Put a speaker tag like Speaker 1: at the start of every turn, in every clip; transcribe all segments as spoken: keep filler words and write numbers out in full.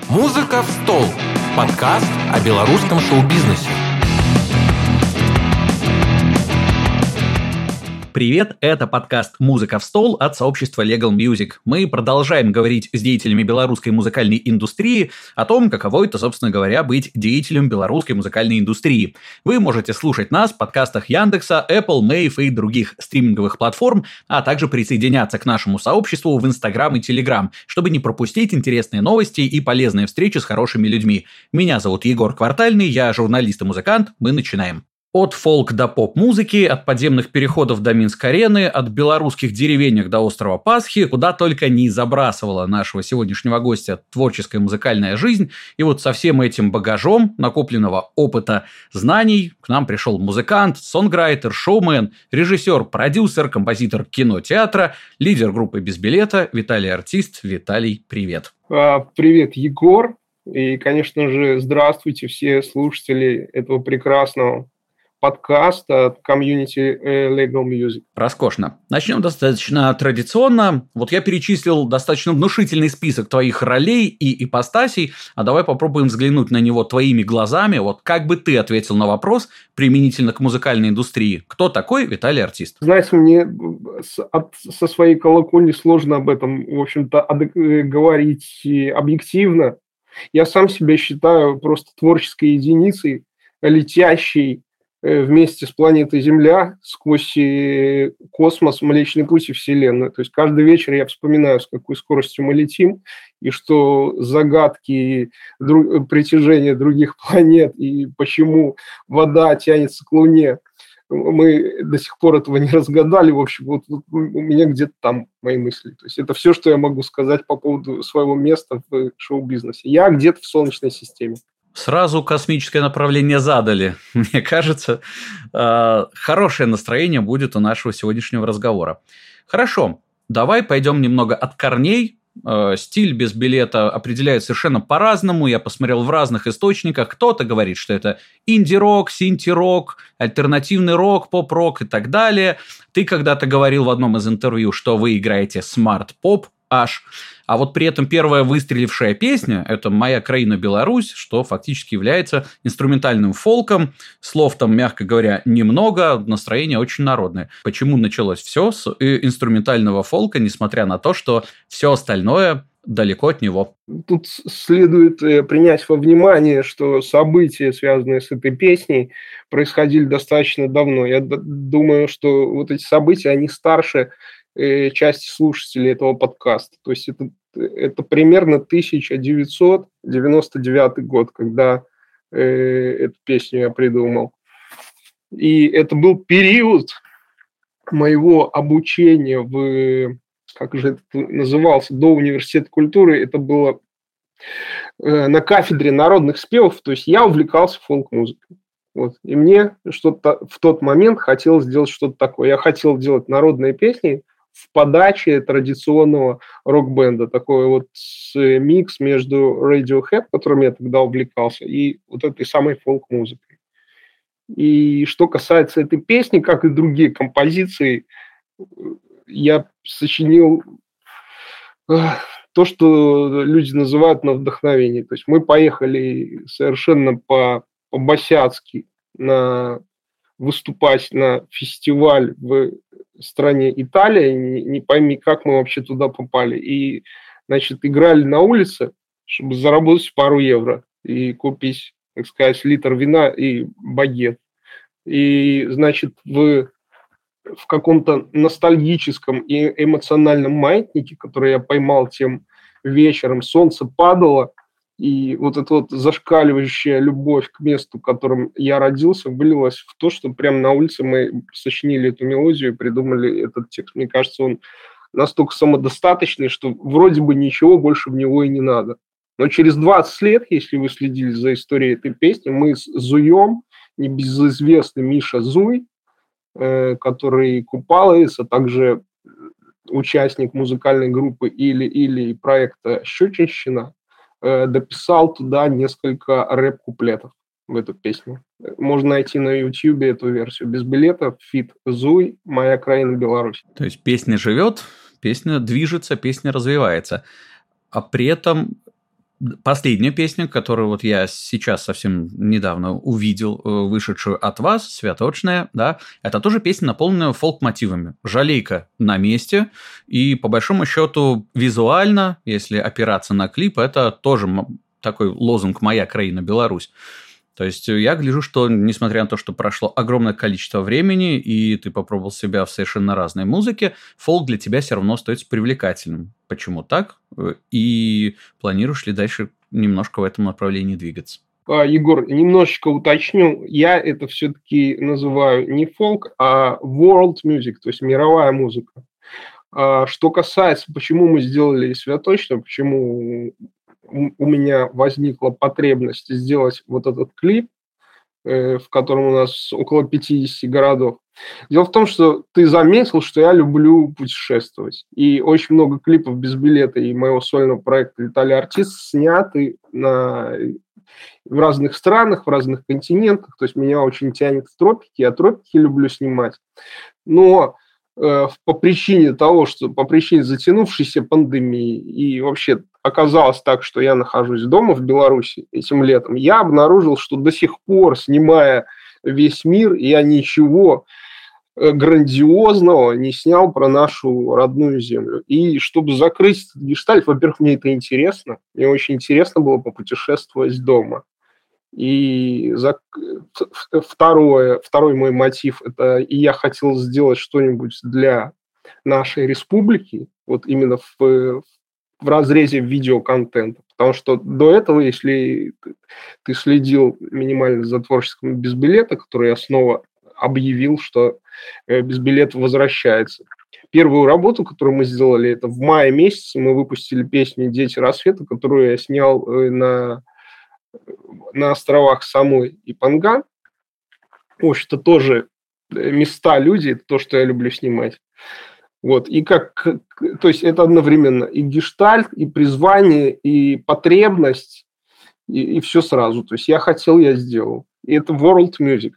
Speaker 1: «Музыка в стол» – подкаст о белорусском шоу-бизнесе.
Speaker 2: Привет, это подкаст «Музыка в стол» от сообщества Legal Music. Мы продолжаем говорить с деятелями белорусской музыкальной индустрии о том, каково это, собственно говоря, быть деятелем белорусской музыкальной индустрии. Вы можете слушать нас в подкастах Яндекса, Apple, Мэйв и других стриминговых платформ, а также присоединяться к нашему сообществу в Instagram и Telegram, чтобы не пропустить интересные новости и полезные встречи с хорошими людьми. Меня зовут Егор Квартальный, я журналист и музыкант. Мы начинаем. От фолк до поп-музыки, от подземных переходов до Минск-арены, от белорусских деревенек до острова Пасхи, куда только не забрасывала нашего сегодняшнего гостя творческая музыкальная жизнь. И вот со всем этим багажом накопленного опыта, знаний к нам пришел музыкант, сонграйтер, шоумен, режиссер, продюсер, композитор кино, театра, лидер группы «Без билета» Виталий Артист. Виталий, привет.
Speaker 3: Привет, Егор. И, конечно же, здравствуйте все слушатели этого прекрасного подкаста от комьюнити Legal Music.
Speaker 2: Роскошно. Начнем достаточно традиционно. Вот я перечислил достаточно внушительный список твоих ролей и ипостасей, а давай попробуем взглянуть на него твоими глазами. Вот как бы ты ответил на вопрос применительно к музыкальной индустрии? Кто такой Виталий Артист?
Speaker 3: Знаете, мне со своей колокольни сложно об этом, в общем-то, говорить объективно. Я сам себя считаю просто творческой единицей, летящей вместе с планетой Земля сквозь космос, Млечный Путь и Вселенную. То есть каждый вечер я вспоминаю, с какой скоростью мы летим, и что загадки друг, притяжения других планет, и почему вода тянется к Луне, мы до сих пор этого не разгадали. В общем, вот, вот у меня где-то там мои мысли. То есть это все, что я могу сказать по поводу своего места в шоу-бизнесе. Я где-то в Солнечной системе.
Speaker 2: Сразу космическое направление задали. Мне кажется, хорошее настроение будет у нашего сегодняшнего разговора. Хорошо, давай пойдем немного от корней. Стиль «Без билета» определяют совершенно по-разному. Я посмотрел в разных источниках. Кто-то говорит, что это инди-рок, синти-рок, альтернативный рок, поп-рок и так далее. Ты когда-то говорил в одном из интервью, что вы играете смарт-поп аж. А вот при этом первая выстрелившая песня – это «Моя краина Беларусь», что фактически является инструментальным фолком. Слов там, мягко говоря, немного, настроение очень народное. Почему началось все с инструментального фолка, несмотря на то, что все остальное далеко от него?
Speaker 3: Тут следует принять во внимание, что события, связанные с этой песней, происходили достаточно давно. Я думаю, что вот эти события, они старше части слушателей этого подкаста. То есть это, это примерно тысяча девятьсот девяносто девятый год, когда э, эту песню я придумал. И это был период моего обучения в, как же это назывался, до университета культуры. Это было э, на кафедре народных спевов. То есть я увлекался фолк-музыкой. Вот. И мне что-то в тот момент хотелось сделать что-то такое. Я хотел делать народные песни в подаче традиционного рок-бенда. Такой вот микс между Radiohead, которым я тогда увлекался, и вот этой самой фолк-музыкой. И что касается этой песни, как и другие композиции, я сочинил то, что люди называют на вдохновение. То есть мы поехали совершенно по- по-босяцки на выступать на фестиваль в стране Италия, не, не пойми, как мы вообще туда попали. И, значит, играли на улице, чтобы заработать пару евро и купить, так сказать, литр вина и багет. И, значит, в, в каком-то ностальгическом и эмоциональном маятнике, который я поймал тем вечером, солнце падало, и вот эта вот зашкаливающая любовь к месту, в котором я родился, вылилась в то, что прямо на улице мы сочинили эту мелодию и придумали этот текст. Мне кажется, он настолько самодостаточный, что вроде бы ничего больше в него и не надо. Но через двадцать лет, если вы следили за историей этой песни, мы с Зуем, небезызвестный Миша Зуй, э, который купалец, а также участник музыкальной группы «Или-или» и проекта «Щечинщина», дописал туда несколько рэп-куплетов в эту песню. Можно найти на YouTube эту версию «Без билета», фит Зуй, «Моя краина Беларусь».
Speaker 2: То есть песня живет, песня движется, песня развивается. А при этом последняя песня, которую вот я сейчас совсем недавно увидел, вышедшую от вас, «Святочная», да, это тоже песня, наполненная фолк-мотивами. «Жалейка» на месте, и по большому счету визуально, если опираться на клип, это тоже такой лозунг «Моя краина, Беларусь». То есть я гляжу, что несмотря на то, что прошло огромное количество времени, и ты попробовал себя в совершенно разной музыке, фолк для тебя все равно остается привлекательным. Почему так? И планируешь ли дальше немножко в этом направлении двигаться?
Speaker 3: Егор, немножечко уточню. Я это все-таки называю не фолк, а world music, то есть мировая музыка. Что касается, почему мы сделали «Святочную», почему у меня возникла потребность сделать вот этот клип, в котором у нас около пятьдесят городов. Дело в том, что ты заметил, что я люблю путешествовать. И очень много клипов без билета и моего сольного проекта «Летали артисты» сняты на... в разных странах, в разных континентах. То есть меня очень тянет в тропики, я тропики люблю снимать. Но э, по причине того, что по причине затянувшейся пандемии и вообще оказалось так, что я нахожусь дома в Беларуси этим летом, я обнаружил, что до сих пор, снимая весь мир, я ничего грандиозного не снял про нашу родную землю. И чтобы закрыть этот гештальт, во-первых, мне это интересно. Мне очень интересно было попутешествовать дома. И за... второе, второй мой мотив – это и я хотел сделать что-нибудь для нашей республики, вот именно в, в разрезе видеоконтента. Потому что до этого, если ты следил минимально за творчеством «Без билета», который я снова объявил, что «Без билета» возвращается. Первую работу, которую мы сделали, это в мае месяце мы выпустили песню «Дети рассвета», которую я снял на, на островах Самуи и Панган. В общем-то, тоже места, люди, это то, что я люблю снимать. Вот. И как, то есть это одновременно и гештальт, и призвание, и потребность, и, и все сразу. То есть я хотел, я сделал. И это world music.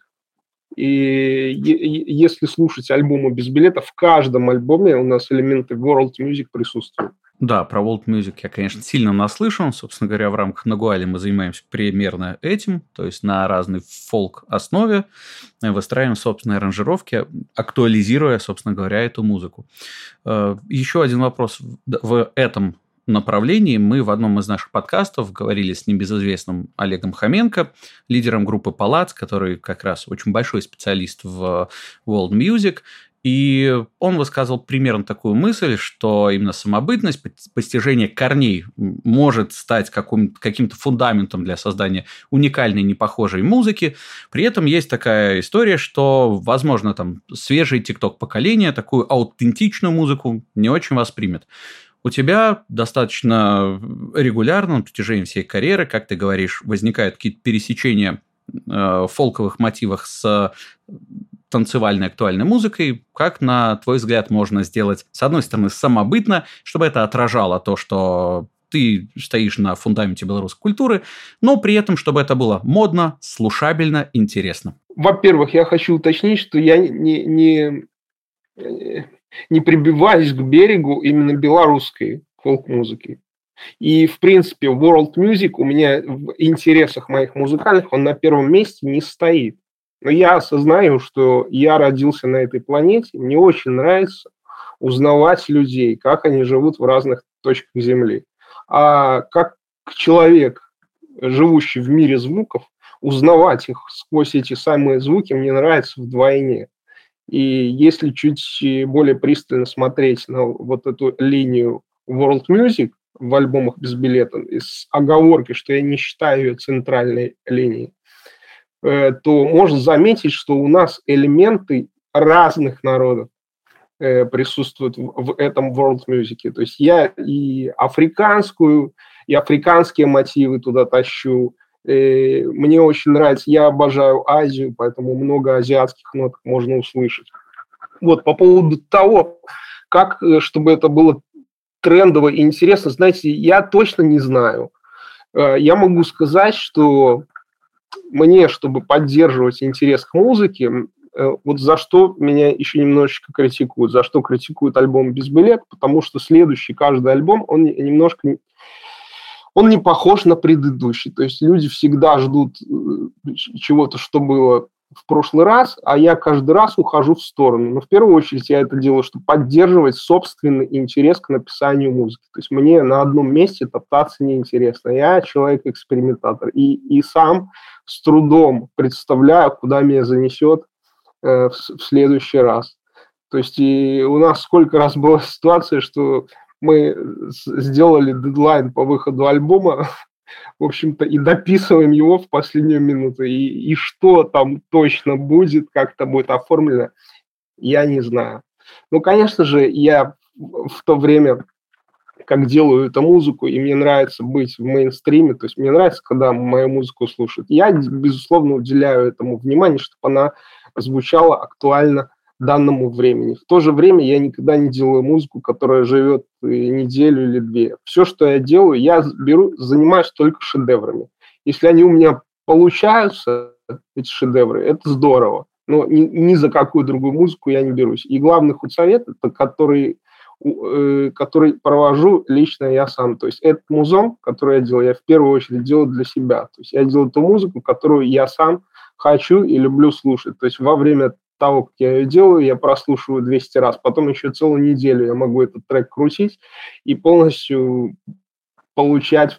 Speaker 3: И если слушать альбомы «Без билета», в каждом альбоме у нас элементы world music присутствуют.
Speaker 2: Да, про world music я, конечно, сильно наслышан. Собственно говоря, в рамках Нагуали мы занимаемся примерно этим, то есть на разной фолк-основе выстраиваем собственные аранжировки, актуализируя, собственно говоря, эту музыку. Еще один вопрос в этом направлении. Мы в одном из наших подкастов говорили с небезызвестным Олегом Хоменко, лидером группы «Палац», который как раз очень большой специалист в world music. И он высказывал примерно такую мысль, что именно самобытность, постижение корней может стать каким-то фундаментом для создания уникальной, непохожей музыки. При этом есть такая история, что, возможно, там свежее тикток-поколение такую аутентичную музыку не очень воспримет. У тебя достаточно регулярно на протяжении всей карьеры, как ты говоришь, возникают какие-то пересечения в фолковых мотивах с танцевальной актуальной музыкой. Как, на твой взгляд, можно сделать, с одной стороны, самобытно, чтобы это отражало то, что ты стоишь на фундаменте белорусской культуры, но при этом, чтобы это было модно, слушабельно, интересно?
Speaker 3: Во-первых, я хочу уточнить, что я не... не... не прибиваюсь к берегу именно белорусской фолк-музыки. И, в принципе, world music у меня в интересах моих музыкальных, он на первом месте не стоит. Но я осознаю, что я родился на этой планете, мне очень нравится узнавать людей, как они живут в разных точках Земли. А как человек, живущий в мире звуков, узнавать их сквозь эти самые звуки мне нравится вдвойне. И если чуть более пристально смотреть на вот эту линию world music в альбомах «Без билета», с оговоркой, что я не считаю ее центральной линией, то можно заметить, что у нас элементы разных народов присутствуют в этом world music. То есть я и африканскую, и африканские мотивы туда тащу. Мне очень нравится, я обожаю Азию, поэтому много азиатских нот можно услышать. Вот, по поводу того, как, чтобы это было трендово и интересно, знаете, я точно не знаю. Я могу сказать, что мне, чтобы поддерживать интерес к музыке, вот за что меня еще немножечко критикуют, за что критикуют альбом «Без билета», потому что следующий каждый альбом, он немножко... он не похож на предыдущий. То есть люди всегда ждут чего-то, что было в прошлый раз, а я каждый раз ухожу в сторону. Но в первую очередь я это делаю, чтобы поддерживать собственный интерес к написанию музыки. То есть мне на одном месте топтаться неинтересно. Я человек-экспериментатор. И, и сам с трудом представляю, куда меня занесет э, в, в следующий раз. То есть и у нас сколько раз была ситуация, что мы сделали дедлайн по выходу альбома, в общем-то, и дописываем его в последнюю минуту. И, и что там точно будет, как это будет оформлено, я не знаю. Ну, конечно же, я в то время, как делаю эту музыку, и мне нравится быть в мейнстриме, то есть мне нравится, когда мою музыку слушают, я, безусловно, уделяю этому внимание, чтобы она звучала актуально данному времени. В то же время я никогда не делаю музыку, которая живет неделю или две. Все, что я делаю, я беру, занимаюсь только шедеврами. Если они у меня получаются, эти шедевры, это здорово. Но ни, ни за какую другую музыку я не берусь. И главный худсовет, это который, э, который провожу лично я сам. То есть этот музон, который я делаю, я в первую очередь делаю для себя. То есть я делаю ту музыку, которую я сам хочу и люблю слушать. То есть во время того, как я ее делаю, я прослушиваю двести раз, потом еще целую неделю я могу этот трек крутить и полностью получать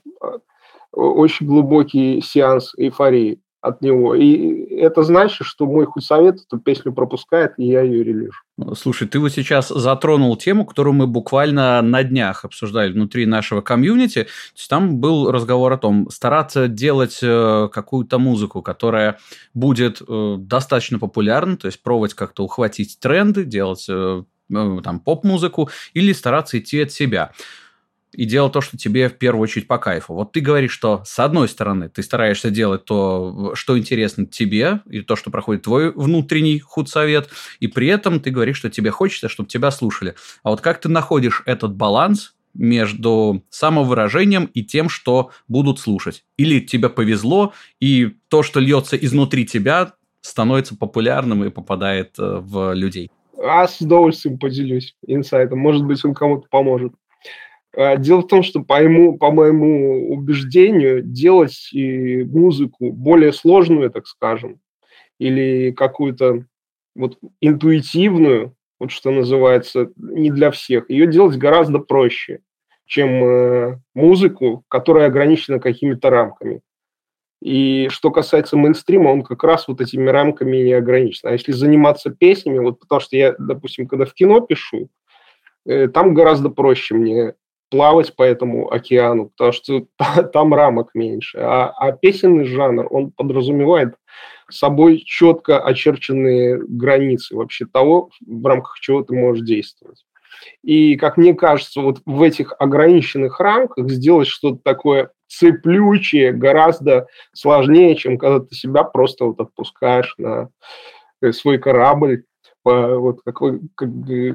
Speaker 3: очень глубокий сеанс эйфории от него. И это значит, что мой худсовет эту песню пропускает, и я ее релижу.
Speaker 2: Слушай, ты вот сейчас затронул тему, которую мы буквально на днях обсуждали внутри нашего комьюнити. То есть там был разговор о том, стараться делать какую-то музыку, которая будет достаточно популярна, то есть пробовать как-то ухватить тренды, делать там поп-музыку или стараться идти от себя. И делать то, что тебе в первую очередь по кайфу. Вот ты говоришь, что с одной стороны ты стараешься делать то, что интересно тебе, и то, что проходит твой внутренний худсовет, и при этом ты говоришь, что тебе хочется, чтобы тебя слушали. А вот как ты находишь этот баланс между самовыражением и тем, что будут слушать? Или тебе повезло, и то, что льется изнутри тебя, становится популярным и попадает в людей?
Speaker 3: А с удовольствием поделюсь инсайтом. Может быть, он кому-то поможет. Дело в том, что по моему, по моему убеждению делать музыку более сложную, так скажем, или какую-то вот интуитивную, вот что называется, не для всех, ее делать гораздо проще, чем музыку, которая ограничена какими-то рамками. И что касается мейнстрима, он как раз вот этими рамками не ограничен. А если заниматься песнями, вот потому что я, допустим, когда в кино пишу, там гораздо проще мне плавать по этому океану, потому что там рамок меньше. А, а песенный жанр, он подразумевает собой четко очерченные границы вообще того, в рамках чего ты можешь действовать. И, как мне кажется, вот в этих ограниченных рамках сделать что-то такое цеплючее гораздо сложнее, чем когда ты себя просто вот отпускаешь на свой корабль, по, вот какой, как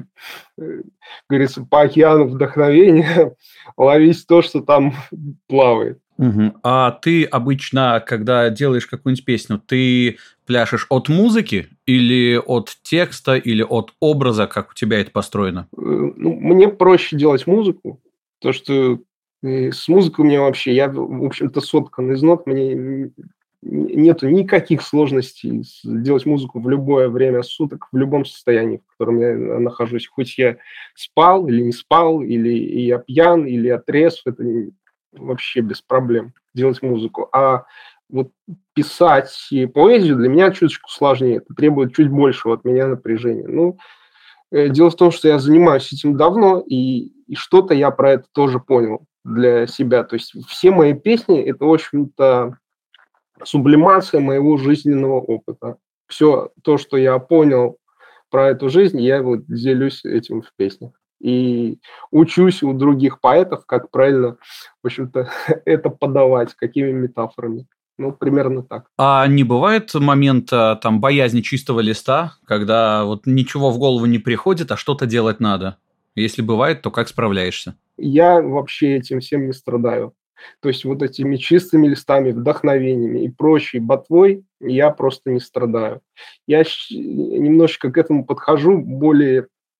Speaker 3: говорится, по океану вдохновения ловить то, что там плавает.
Speaker 2: Угу. А ты обычно, когда делаешь какую-нибудь песню, ты пляшешь от музыки или от текста, или от образа, как у тебя это построено?
Speaker 3: Ну, мне проще делать музыку, потому что с музыкой у меня вообще, я, в общем-то, соткан из нот, мне нету никаких сложностей делать музыку в любое время суток, в любом состоянии, в котором я нахожусь. Хоть я спал или не спал, или я пьян, или отрезв, это вообще без проблем делать музыку. А вот писать поэзию для меня чуточку сложнее. Это требует чуть большего от меня напряжения. Ну, дело в том, что я занимаюсь этим давно, и, и что-то я про это тоже понял для себя. То есть все мои песни – это, в общем-то, сублимация моего жизненного опыта. Все то, что я понял про эту жизнь, я вот делюсь этим в песнях. И учусь у других поэтов, как правильно, в общем-то, это подавать, какими метафорами. Ну, примерно так.
Speaker 2: А не бывает момента там боязни чистого листа, когда вот ничего в голову не приходит, а что-то делать надо? Если бывает, то как справляешься?
Speaker 3: Я вообще этим всем не страдаю. То есть вот этими чистыми листами, вдохновениями и прочей ботвой я просто не страдаю. Я немножечко к этому подхожу более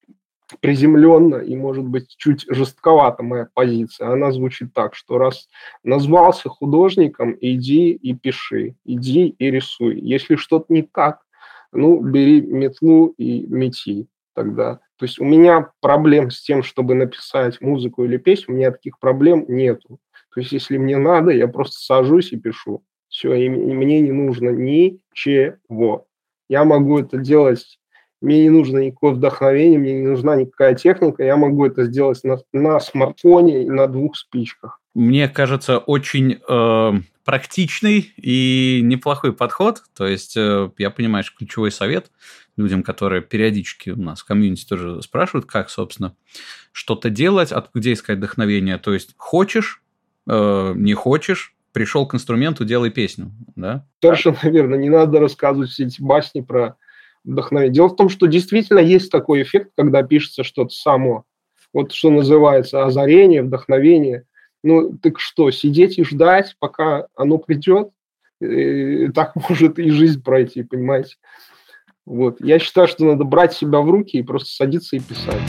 Speaker 3: приземленно и, может быть, чуть жестковата моя позиция. Она звучит так, что раз назвался художником, иди и пиши, иди и рисуй. Если что-то не так, ну, бери метлу и мети тогда. То есть у меня проблем с тем, чтобы написать музыку или песню, у меня таких проблем нету. То есть если мне надо, я просто сажусь и пишу. Все, и мне не нужно ничего. Я могу это делать. Мне не нужно никакое вдохновение, мне не нужна никакая техника. Я могу это сделать на, на смартфоне и на двух спичках.
Speaker 2: Мне кажется, очень э, практичный и неплохой подход. То есть, э, я понимаю, что ключевой совет людям, которые периодически у нас в комьюнити тоже спрашивают, как, собственно, что-то делать, от, где искать вдохновение. То есть, хочешь, э, не хочешь, пришел к инструменту, делай песню. Да?
Speaker 3: Совершенно верно. Не надо рассказывать все эти басни про вдохновение. Дело в том, что действительно есть такой эффект, когда пишется что-то само. Вот что называется озарение, вдохновение. Ну, так что, сидеть и ждать, пока оно придет? И так может и жизнь пройти, понимаете? Вот. Я считаю, что надо брать себя в руки и просто садиться и писать.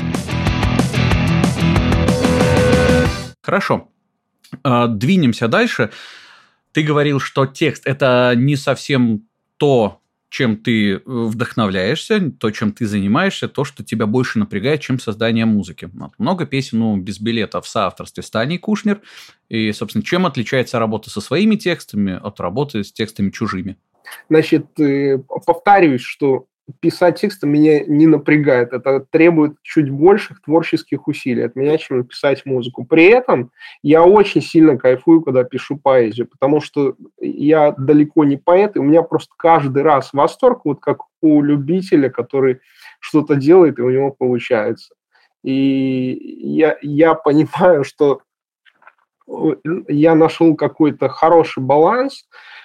Speaker 2: Хорошо. Двинемся дальше. Ты говорил, что текст – это не совсем то, чем ты вдохновляешься, то, чем ты занимаешься, то, что тебя больше напрягает, чем создание музыки. Много песен, ну, без билета в соавторстве с Таней Кушнер. И, собственно, чем отличается работа со своими текстами от работы с текстами чужими?
Speaker 3: Значит, повторюсь, что писать тексты меня не напрягает. Это требует чуть больших творческих усилий от меня, чем написать музыку. При этом я очень сильно кайфую, когда пишу поэзию, потому что я далеко не поэт, и у меня просто каждый раз восторг, вот как у любителя, который что-то делает, и у него получается. И я, я понимаю, что я нашел какой-то хороший баланс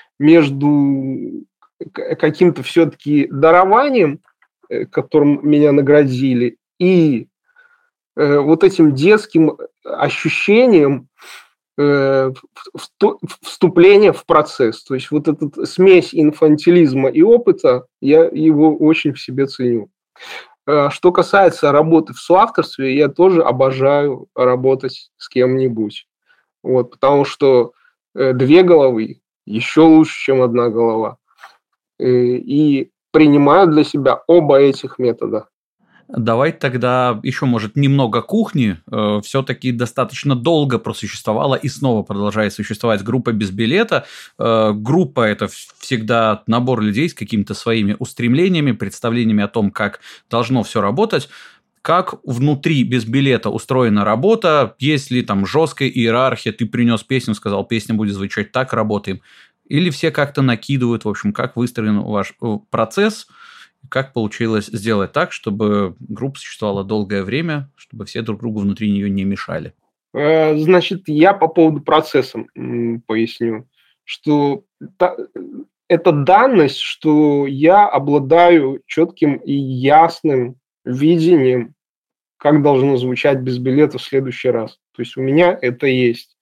Speaker 3: между каким-то все-таки дарованием, которым меня наградили, и э, вот этим детским ощущением э, вступления в процесс. То есть вот эта смесь инфантилизма и опыта, я его очень в себе ценю. Что касается работы в соавторстве, я тоже обожаю работать с кем-нибудь. Вот, потому что э, две головы еще лучше, чем одна голова. И принимаю для себя оба этих метода.
Speaker 2: Давай тогда еще, может, немного кухни. Э, все-таки достаточно долго просуществовала и снова продолжает существовать группа без билета. Э, группа – это всегда набор людей с какими-то своими устремлениями, представлениями о том, как должно все работать. Как внутри без билета устроена работа? Есть ли там жесткая иерархия? Ты принес песню, сказал, песня будет звучать так, работаем. Или все как-то накидывают, в общем, как выстроен ваш процесс, как получилось сделать так, чтобы группа существовала долгое время, чтобы все друг другу внутри нее не мешали?
Speaker 3: Значит, я по поводу процесса поясню, что это данность, что я обладаю четким и ясным видением, как должно звучать без билета в следующий раз. То есть у меня это есть.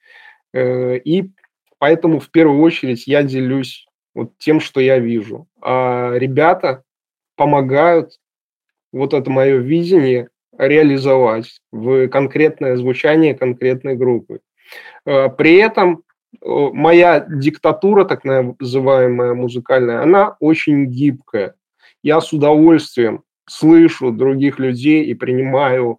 Speaker 3: И поэтому в первую очередь я делюсь вот тем, что я вижу. А ребята помогают вот это мое видение реализовать в конкретное звучание конкретной группы. При этом моя диктатура, так называемая музыкальная, она очень гибкая. Я с удовольствием слышу других людей и принимаю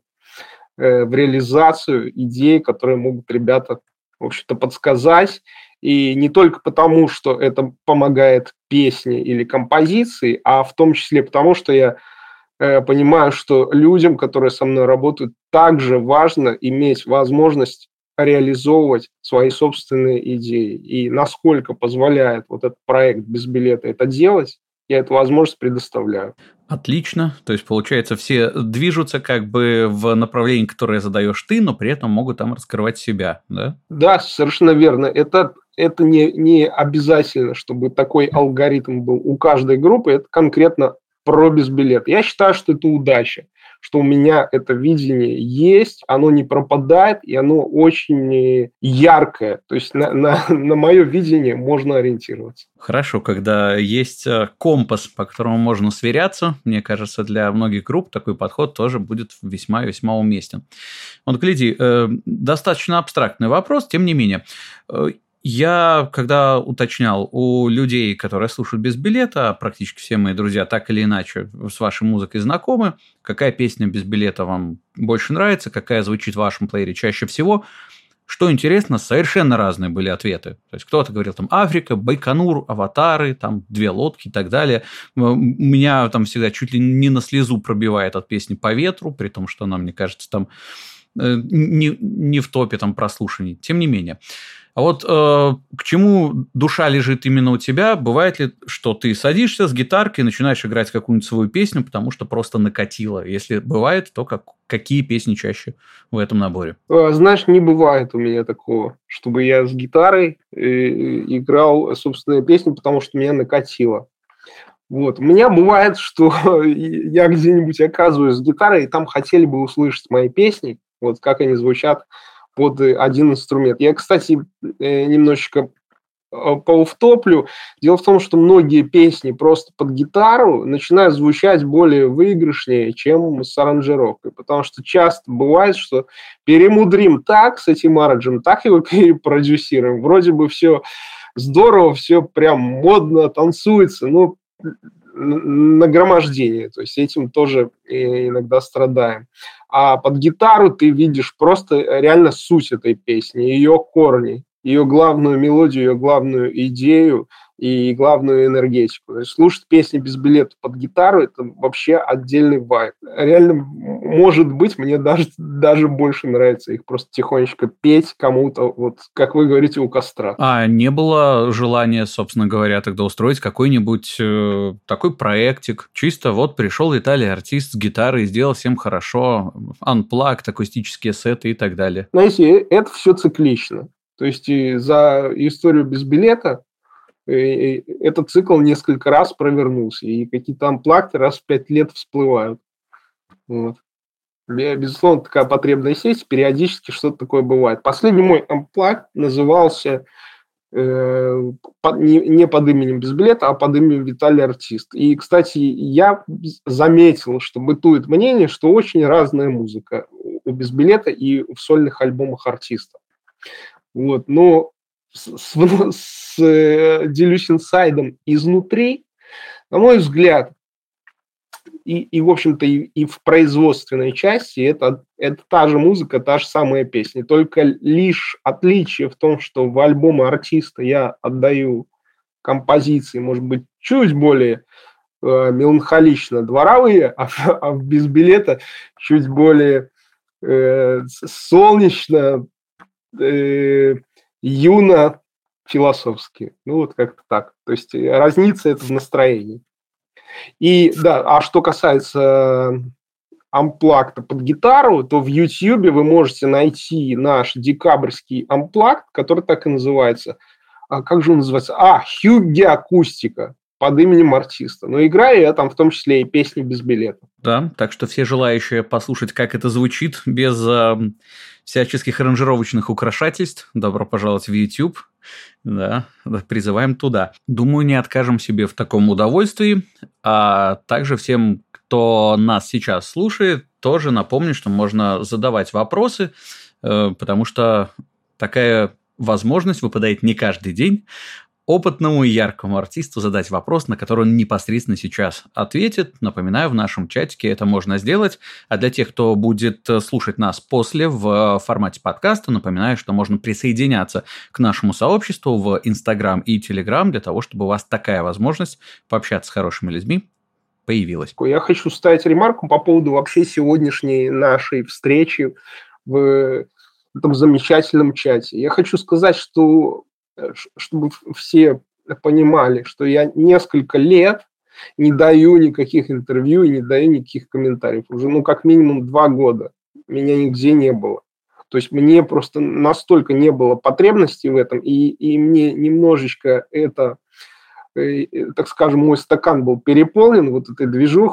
Speaker 3: в реализацию идеи, которые могут ребята, в общем-то, подсказать. И не только потому, что это помогает песне или композиции, а в том числе потому, что я э, понимаю, что людям, которые со мной работают, также важно иметь возможность реализовывать свои собственные идеи. И насколько позволяет вот этот проект без билета это делать, я эту возможность предоставляю.
Speaker 2: Отлично. То есть, получается, все движутся как бы в направлении, которое задаешь ты, но при этом могут там раскрывать себя, да?
Speaker 3: Да, совершенно верно. Это, это не, не обязательно, чтобы такой алгоритм был у каждой группы. Это конкретно про безбилет. Я считаю, что это удача, что у меня это видение есть, оно не пропадает, и оно очень яркое. То есть на, на, на мое видение можно ориентироваться.
Speaker 2: Хорошо, когда есть компас, по которому можно сверяться, мне кажется, для многих групп такой подход тоже будет весьма-весьма уместен. Вот гляди, э, достаточно абстрактный вопрос, тем не менее. Я, когда уточнял у людей, которые слушают без билета, практически все мои друзья так или иначе с вашей музыкой знакомы, какая песня без билета вам больше нравится, какая звучит в вашем плеере чаще всего, что интересно, совершенно разные были ответы. То есть кто-то говорил там Африка, Байконур, Аватары, там две лодки и так далее. Меня там всегда чуть ли не на слезу пробивает от песни «По ветру», при том, что она, мне кажется, там не, не в топе там прослушаний. Тем не менее. А вот э, к чему душа лежит именно у тебя? Бывает ли, что ты садишься с гитаркой и начинаешь играть какую-нибудь свою песню, потому что просто накатило? Если бывает, то как, какие песни чаще в этом наборе?
Speaker 3: Знаешь, не бывает у меня такого, чтобы я с гитарой играл собственные песни, потому что меня накатило. Вот. У меня бывает, что я где-нибудь оказываюсь с гитарой, и там хотели бы услышать мои песни, вот как они звучат под один инструмент. Я, кстати, немножечко поуфтоплю. Дело в том, что многие песни просто под гитару начинают звучать более выигрышнее, чем с аранжировкой. Потому что часто бывает, что перемудрим так с этим аранжем, так его перепродюсируем. Вроде бы все здорово, все прям модно, танцуется, но нагромождение, то есть этим тоже иногда страдаем. А под гитару ты видишь просто реально суть этой песни, ее корни, ее главную мелодию, ее главную идею и главную энергетику. То есть слушать песни без билета под гитару – это вообще отдельный вайб. Реально, может быть, мне даже, даже больше нравится их просто тихонечко петь кому-то, вот как вы говорите, у костра.
Speaker 2: А не было желания, собственно говоря, тогда устроить какой-нибудь э, такой проектик? Чисто вот пришел Виталий, артист с гитарой, сделал всем хорошо, анплагд, акустические сеты и так далее.
Speaker 3: Знаете, это все циклично. То есть за историю без билета этот цикл несколько раз провернулся, и какие-то амплагты раз в пять лет всплывают. Вот. Безусловно, такая потребность есть, периодически что-то такое бывает. Последний мой амплагт назывался э, под, не, не под именем без билета, а под именем Виталий Артист. И, кстати, я заметил, что бытует мнение, что очень разная музыка у без билета и в сольных альбомах артиста. Вот, но с, с, с э, делюсь инсайдом изнутри, на мой взгляд, и, и в общем-то, и, и в производственной части это, это та же музыка, та же самая песня, только лишь отличие в том, что в альбомы артиста я отдаю композиции, может быть, чуть более э, меланхолично дворовые, а, а в без билета чуть более э, солнечно, Э, юно философски. Ну, вот как-то так. То есть разница это в настроении. И да, а что касается амплагта под гитару, то в YouTube вы можете найти наш декабрьский амплагт, который так и называется. А как же он называется? А, Хьюги Акустика под именем артиста. Но играю я там в том числе и песни без билета.
Speaker 2: Да, так что все желающие послушать, как это звучит, без э, всяческих аранжировочных украшательств, добро пожаловать в YouTube. Да, призываем туда. Думаю, не откажем себе в таком удовольствии. А также всем, кто нас сейчас слушает, тоже напомню, что можно задавать вопросы, э, потому что такая возможность выпадает не каждый день. Опытному и яркому артисту задать вопрос, на который он непосредственно сейчас ответит. Напоминаю, в нашем чатике это можно сделать. А для тех, кто будет слушать нас после в формате подкаста, напоминаю, что можно присоединяться к нашему сообществу в Instagram и Telegram для того, чтобы у вас такая возможность пообщаться с хорошими людьми появилась.
Speaker 3: Я хочу ставить ремарку по поводу вообще сегодняшней нашей встречи в этом замечательном чате. Я хочу сказать, что чтобы все понимали, что я несколько лет не даю никаких интервью и не даю никаких комментариев. Уже, ну, как минимум два года меня нигде не было. То есть мне просто настолько не было потребности в этом, и, и мне немножечко это, э, так скажем, мой стакан был переполнен вот этой движухой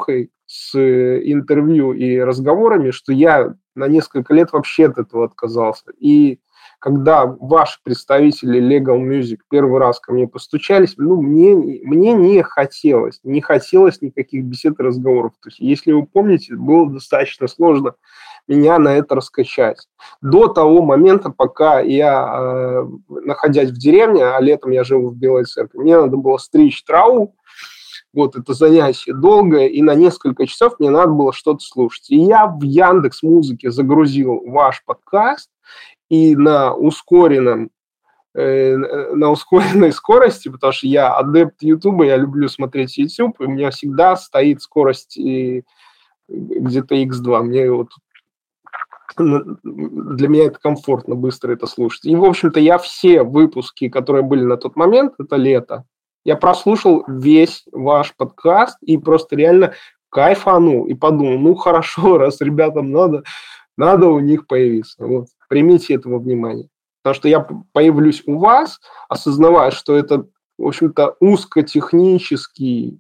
Speaker 3: с интервью и разговорами, что я на несколько лет вообще от этого отказался. И когда ваши представители Legal Music первый раз ко мне постучались, ну, мне, мне не хотелось, не хотелось никаких бесед и разговоров. То есть, если вы помните, было достаточно сложно меня на это раскачать. До того момента, пока я, э, находясь в деревне, а летом я жил в Белой Церкви, мне надо было стричь траву. Вот это занятие долгое, и на несколько часов мне надо было что-то слушать. И я в Яндекс.Музыке загрузил ваш подкаст, и на ускоренном, э, на ускоренной скорости, потому что я адепт Ютуба, я люблю смотреть YouTube, и у меня всегда стоит скорость и где-то икс два. Мне вот для меня это комфортно, быстро это слушать. И, в общем-то, я все выпуски, которые были на тот момент, это лето, я прослушал весь ваш подкаст и просто реально кайфанул и подумал, ну, хорошо, раз ребятам надо, надо у них появиться. Вот. Примите этого внимания. Потому что я появлюсь у вас, осознавая, что это, в общем-то, узкотехнический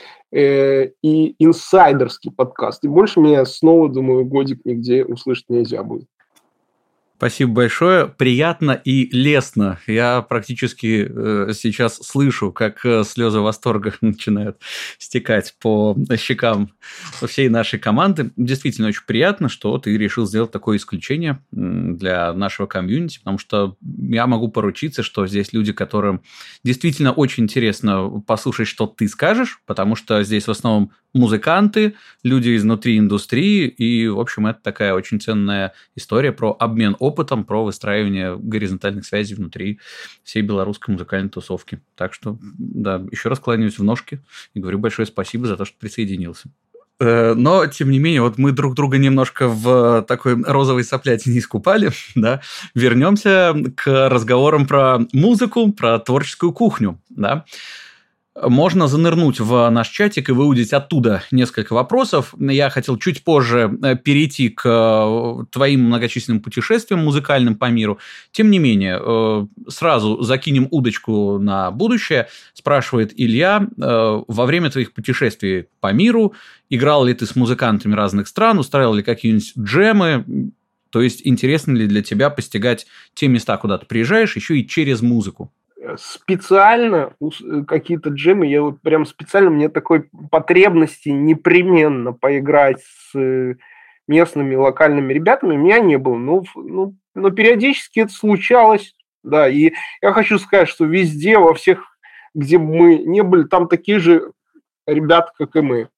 Speaker 3: э, и инсайдерский подкаст. И больше меня снова, думаю, годик нигде услышать нельзя будет.
Speaker 2: Спасибо большое. Приятно и лестно. Я практически э, сейчас слышу, как э, слезы восторга начинают стекать по щекам всей нашей команды. Действительно очень приятно, что ты решил сделать такое исключение для нашего комьюнити, потому что я могу поручиться, что здесь люди, которым действительно очень интересно послушать, что ты скажешь, потому что здесь в основном музыканты, люди изнутри индустрии, и, в общем, это такая очень ценная история про обмен опытом, про выстраивание горизонтальных связей внутри всей белорусской музыкальной тусовки. Так что, да, еще раз кланяюсь в ножки и говорю большое спасибо за то, что присоединился. Но, тем не менее, вот мы друг друга немножко в такой розовой соплятине искупали, да, вернемся к разговорам про музыку, про творческую кухню, да. Можно занырнуть в наш чатик и выудить оттуда несколько вопросов. Я хотел чуть позже перейти к твоим многочисленным путешествиям музыкальным по миру. Тем не менее, сразу закинем удочку на будущее. Спрашивает Илья, во время твоих путешествий по миру играл ли ты с музыкантами разных стран, устраивал ли какие-нибудь джемы? То есть, интересно ли для тебя постигать те места, куда ты приезжаешь, еще и через музыку?
Speaker 3: Специально какие-то джемы, я вот прям специально, мне такой потребности непременно поиграть с местными локальными ребятами у меня не было. Ну, ну, но периодически это случалось, да, и я хочу сказать, что везде, во всех, где бы мы не были, там такие же ребята, как и мы.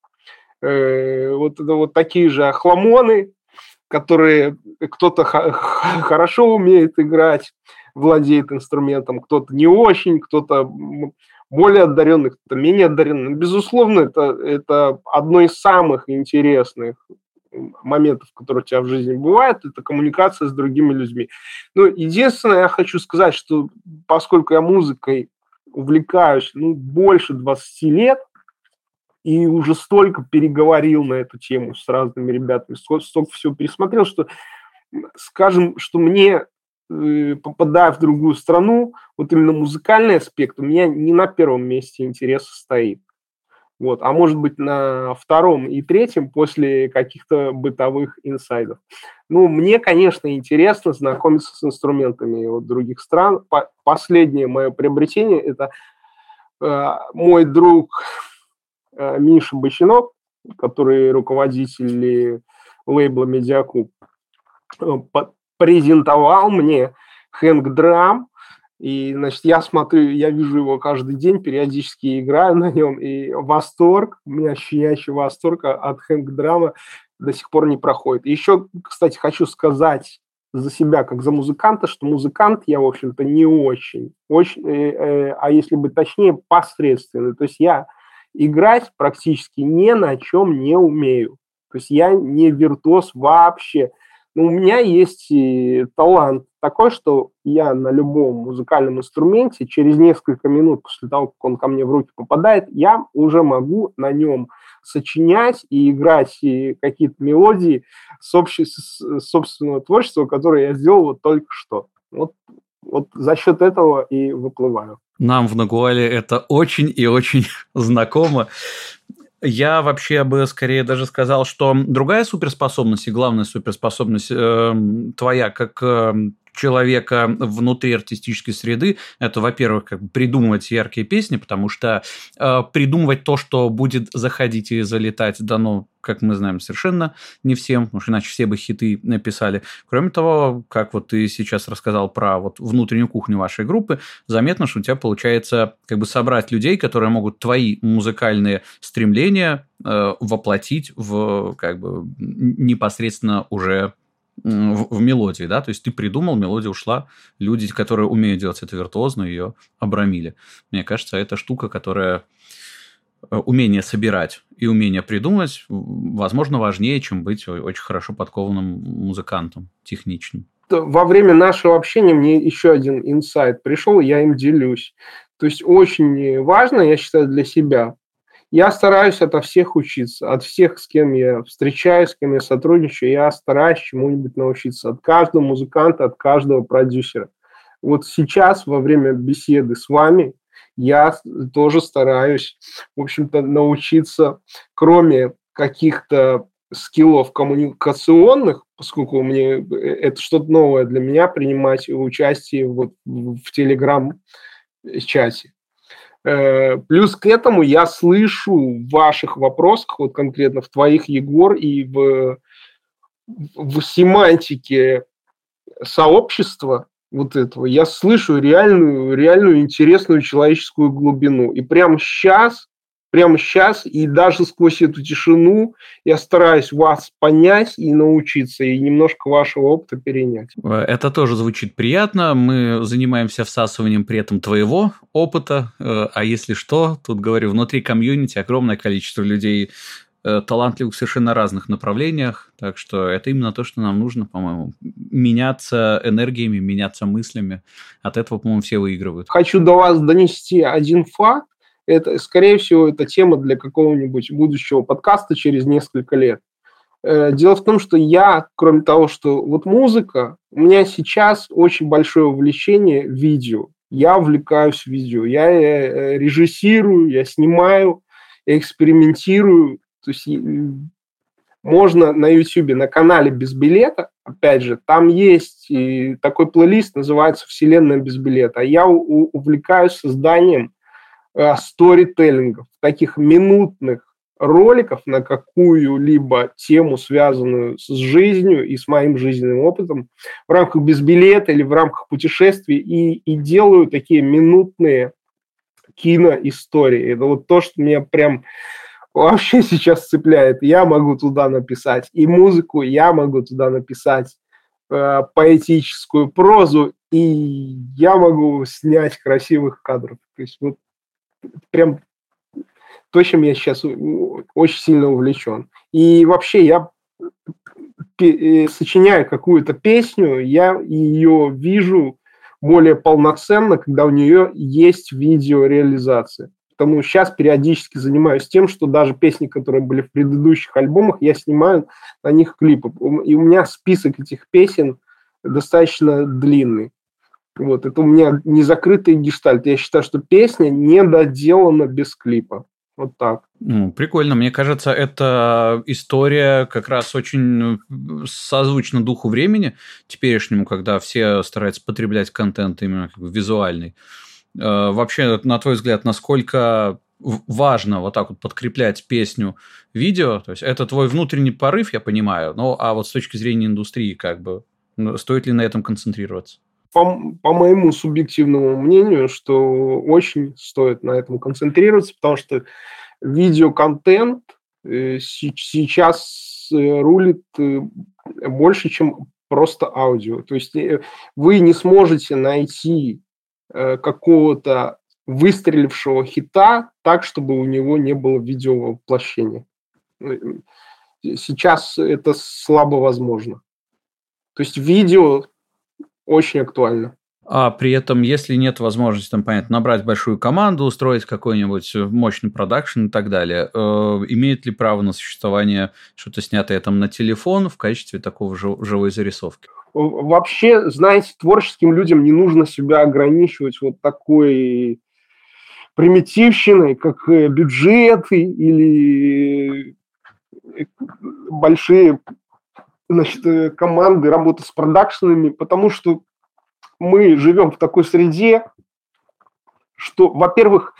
Speaker 3: Э, вот, вот такие же охламоны, которые кто-то х- хорошо умеет играть, владеет инструментом, кто-то не очень, кто-то более одаренный, кто-то менее одаренный. Безусловно, это, это одно из самых интересных моментов, которые у тебя в жизни бывают, это коммуникация с другими людьми. Но единственное, я хочу сказать, что поскольку я музыкой увлекаюсь ну, больше двадцати лет, и уже столько переговорил на эту тему с разными ребятами, столько, столько всего пересмотрел, что, скажем, что мне, попадая в другую страну, вот именно музыкальный аспект у меня не на первом месте интереса стоит. Вот, а может быть на втором и третьем после каких-то бытовых инсайдов. Ну, мне, конечно, интересно знакомиться с инструментами вот других стран. По- последнее мое приобретение – это э, мой друг э, Миша Бочинов, который руководитель лейбла «Медиаклуб», э, презентовал мне Хэнк Драм. И, значит, я смотрю, я вижу его каждый день, периодически играю на нем, и восторг, у меня щенячий восторг от Хэнк-драма до сих пор не проходит. И еще, кстати, хочу сказать за себя, как за музыканта, что музыкант я, в общем-то, не очень, очень э, э, а если быть точнее, посредственный. То есть я играть практически ни на чем не умею. То есть я не виртуоз вообще. Но у меня есть талант такой, что я на любом музыкальном инструменте через несколько минут после того, как он ко мне в руки попадает, я уже могу на нем сочинять и играть и какие-то мелодии с обще... с собственного творчества, которое я сделал вот только что. Вот, вот за счет этого и выплываю.
Speaker 2: Нам в Нагуале это очень и очень знакомо. Я вообще бы скорее даже сказал, что другая суперспособность и главная суперспособность э, твоя как э, человека внутри артистической среды, это, во-первых, как бы придумывать яркие песни, потому что э, придумывать то, что будет заходить и залетать, дано, как мы знаем, совершенно не всем, потому что иначе все бы хиты написали. Кроме того, как вот ты сейчас рассказал про вот внутреннюю кухню вашей группы, заметно, что у тебя получается как бы собрать людей, которые могут твои музыкальные стремления э, воплотить в как бы непосредственно уже в, в мелодии, да, то есть ты придумал, мелодия ушла, люди, которые умеют делать это виртуозно, ее обрамили. Мне кажется, это штука, которая умение собирать и умение придумать, возможно, важнее, чем быть очень хорошо подкованным музыкантом, техничным.
Speaker 3: Во время нашего общения мне еще один инсайт пришел, и я им делюсь. То есть очень важно, я считаю, для себя. Я стараюсь ото всех учиться, от всех, с кем я встречаюсь, с кем я сотрудничаю, я стараюсь чему-нибудь научиться. От каждого музыканта, от каждого продюсера. Вот сейчас, во время беседы с вами, я тоже стараюсь, в общем-то, научиться, кроме каких-то скиллов коммуникационных, поскольку мне это что-то новое для меня, принимать участие вот в Телеграм-чате. Плюс к этому я слышу в ваших вопросах, вот конкретно в твоих, Егор, и в, в семантике сообщества вот этого, я слышу реальную, реальную интересную человеческую глубину. И прямо сейчас, прямо сейчас, и даже сквозь эту тишину я стараюсь вас понять и научиться, и немножко вашего опыта перенять.
Speaker 2: Это тоже звучит приятно. Мы занимаемся всасыванием при этом твоего опыта. А если что, тут говорю, внутри комьюнити огромное количество людей, талантливых в совершенно разных направлениях. Так что это именно то, что нам нужно, по-моему. Меняться энергиями, меняться мыслями. От этого, по-моему, все выигрывают.
Speaker 3: Хочу до вас донести один факт. Это, скорее всего, это тема для какого-нибудь будущего подкаста через несколько лет. Дело в том, что я, кроме того, что вот музыка, у меня сейчас очень большое увлечение видео. Я увлекаюсь видео. Я режиссирую, я снимаю, я экспериментирую. То есть можно на YouTube, на канале «Без билета», опять же, там есть и такой плейлист, называется «Вселенная без билета». Я у- увлекаюсь созданием э, сторителлингов, таких минутных роликов на какую-либо тему, связанную с жизнью и с моим жизненным опытом, в рамках «Без билета» или в рамках путешествий, и, и делаю такие минутные киноистории. Это вот то, что меня прям вообще сейчас цепляет. Я могу туда написать и музыку, я могу туда написать э, поэтическую прозу, и я могу снять красивых кадров. То есть вот прям то, чем я сейчас очень сильно увлечен. И вообще я сочиняю какую-то песню, я ее вижу более полноценно, когда у нее есть видеореализация. Потому сейчас периодически занимаюсь тем, что даже песни, которые были в предыдущих альбомах, я снимаю на них клипы. И у меня список этих песен достаточно длинный. Вот, это у меня незакрытый гештальт. Я считаю, что песня не доделана без клипа. Вот так.
Speaker 2: Ну, прикольно. Мне кажется, эта история как раз очень созвучна духу времени теперешнему, когда все стараются потреблять контент именно как бы визуальный. Вообще, на твой взгляд, насколько важно вот так вот подкреплять песню видео? То есть, это твой внутренний порыв, я понимаю, но а вот с точки зрения индустрии, как бы, стоит ли на этом концентрироваться?
Speaker 3: По, по моему субъективному мнению, что очень стоит на этом концентрироваться, потому что видеоконтент э, сейчас э, рулит э, больше, чем просто аудио. То есть, э, вы не сможете найти какого-то выстрелившего хита так, чтобы у него не было видеовоплощения. Сейчас это слабо возможно. То есть видео очень актуально.
Speaker 2: А при этом, если нет возможности, там, понятно, набрать большую команду, устроить какой-нибудь мощный продакшн и так далее, э, имеет ли право на существование что-то снятое там на телефон в качестве такого живой зарисовки?
Speaker 3: Вообще, знаете, творческим людям не нужно себя ограничивать вот такой примитивщиной, как бюджеты или большие, значит, команды, работы с продакшенами, потому что мы живем в такой среде, что, во-первых,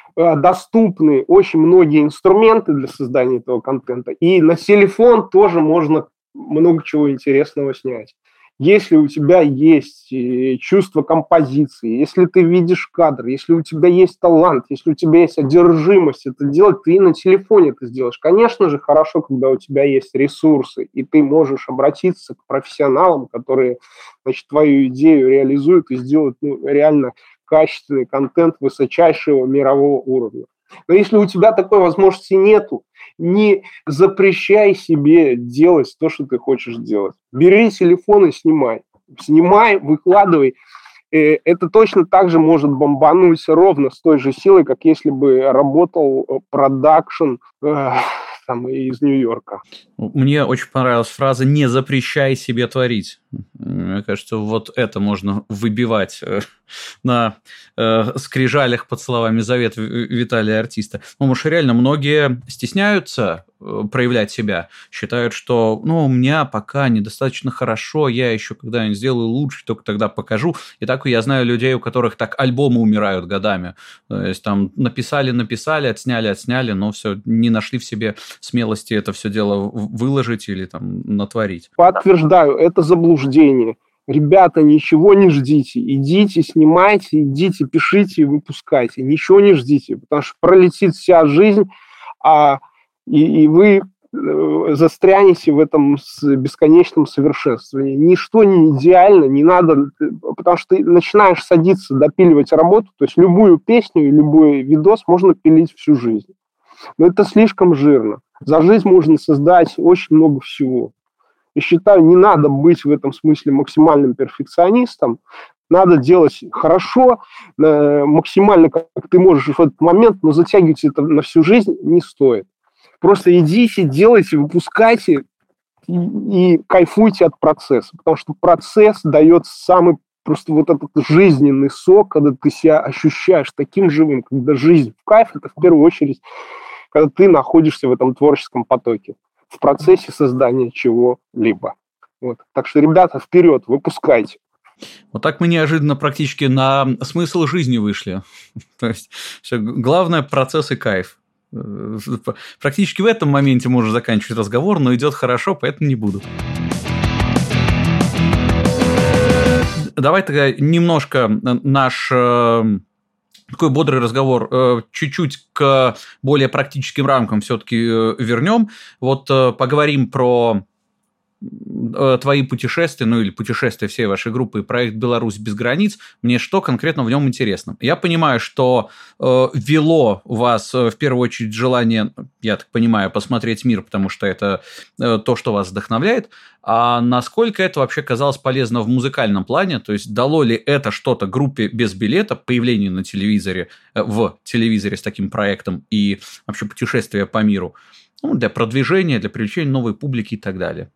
Speaker 3: доступны очень многие инструменты для создания этого контента, и на телефон тоже можно много чего интересного снять. Если у тебя есть чувство композиции, если ты видишь кадр, если у тебя есть талант, если у тебя есть одержимость это делать, ты и на телефоне это сделаешь. Конечно же, хорошо, когда у тебя есть ресурсы, и ты можешь обратиться к профессионалам, которые, значит, твою идею реализуют и сделают, ну, реально качественный контент высочайшего мирового уровня. Но если у тебя такой возможности нету, не запрещай себе делать то, что ты хочешь делать. Бери телефон и снимай. Снимай, выкладывай. Это точно так же может бомбануть ровно с той же силой, как если бы работал продакшн э, там, из Нью-Йорка.
Speaker 2: Мне очень понравилась фраза «не запрещай себе творить». Мне кажется, вот это можно выбивать э, на э, скрижалях под словами завет Виталия Артиста. Потому что реально многие стесняются э, проявлять себя, считают, что ну, у меня пока недостаточно хорошо, я еще когда-нибудь сделаю лучше, только тогда покажу. И так я знаю людей, у которых так альбомы умирают годами. То есть там написали-написали, отсняли-отсняли, но все, не нашли в себе смелости это все дело выложить или там натворить.
Speaker 3: Подтверждаю, это заблуждение. Ребята, ничего не ждите. Идите, снимайте, идите, пишите, выпускайте. Ничего не ждите, потому что пролетит вся жизнь, а, и, и вы застрянете в этом бесконечном совершенствовании. Ничто не идеально, не надо, потому что ты начинаешь садиться, допиливать работу, то есть любую песню и любой видос можно пилить всю жизнь. Но это слишком жирно. За жизнь можно создать очень много всего. И считаю, не надо быть в этом смысле максимальным перфекционистом. Надо делать хорошо, максимально, как ты можешь в этот момент, но затягивать это на всю жизнь не стоит. Просто идите, делайте, выпускайте и, и кайфуйте от процесса. Потому что процесс дает самый просто вот этот жизненный сок, когда ты себя ощущаешь таким живым, когда жизнь в кайф, это в первую очередь, когда ты находишься в этом творческом потоке, в процессе создания чего-либо. Вот. Так что, ребята, вперед, выпускайте.
Speaker 2: Вот так мы неожиданно практически на смысл жизни вышли. То есть, все, главное – процесс и кайф. Практически в этом моменте можно заканчивать разговор, но идет хорошо, поэтому не буду. Давай тогда немножко наш такой бодрый разговор чуть-чуть к более практическим рамкам все-таки вернем. Вот поговорим про твои путешествия, ну или путешествия всей вашей группы и проект «Беларусь без границ». Мне что конкретно в нем интересно? Я понимаю, что э, вело у вас в первую очередь желание, я так понимаю, посмотреть мир, потому что это э, то, что вас вдохновляет. А насколько это вообще казалось полезно в музыкальном плане? То есть дало ли это что-то группе без билета, появление на телевизоре, э, в телевизоре с таким проектом и вообще путешествия по миру? Ну, для продвижения, для привлечения новой публики и так далее.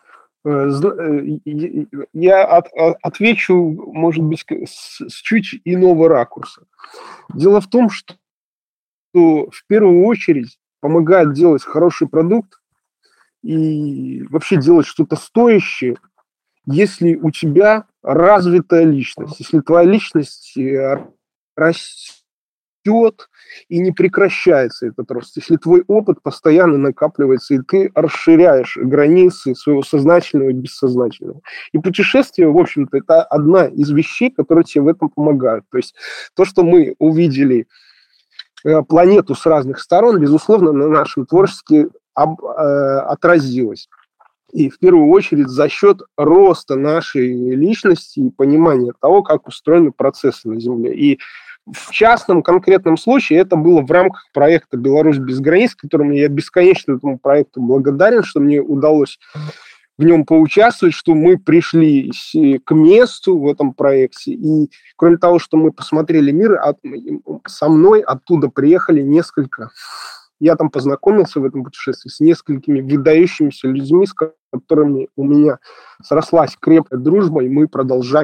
Speaker 3: Я от, отвечу, может быть, с, с чуть иного ракурса. Дело в том, что в первую очередь помогает делать хороший продукт и вообще делать что-то стоящее, если у тебя развитая личность, если твоя личность растет и не прекращается этот рост, если твой опыт постоянно накапливается, и ты расширяешь границы своего сознательного и бессознательного. И путешествие, в общем-то, это одна из вещей, которые тебе в этом помогают. То есть то, что мы увидели планету с разных сторон, безусловно, на нашем творчестве об, э, отразилось. И в первую очередь за счет роста нашей личности и понимания того, как устроены процессы на Земле. И в частном конкретном случае это было в рамках проекта «Беларусь без границ», которому я бесконечно этому проекту благодарен, что мне удалось в нем поучаствовать, что мы пришли к месту в этом проекте. И кроме того, что мы посмотрели мир, со мной оттуда приехали несколько... Я там познакомился в этом путешествии с несколькими выдающимися людьми, с которыми у меня срослась крепкая дружба, и мы продолжаем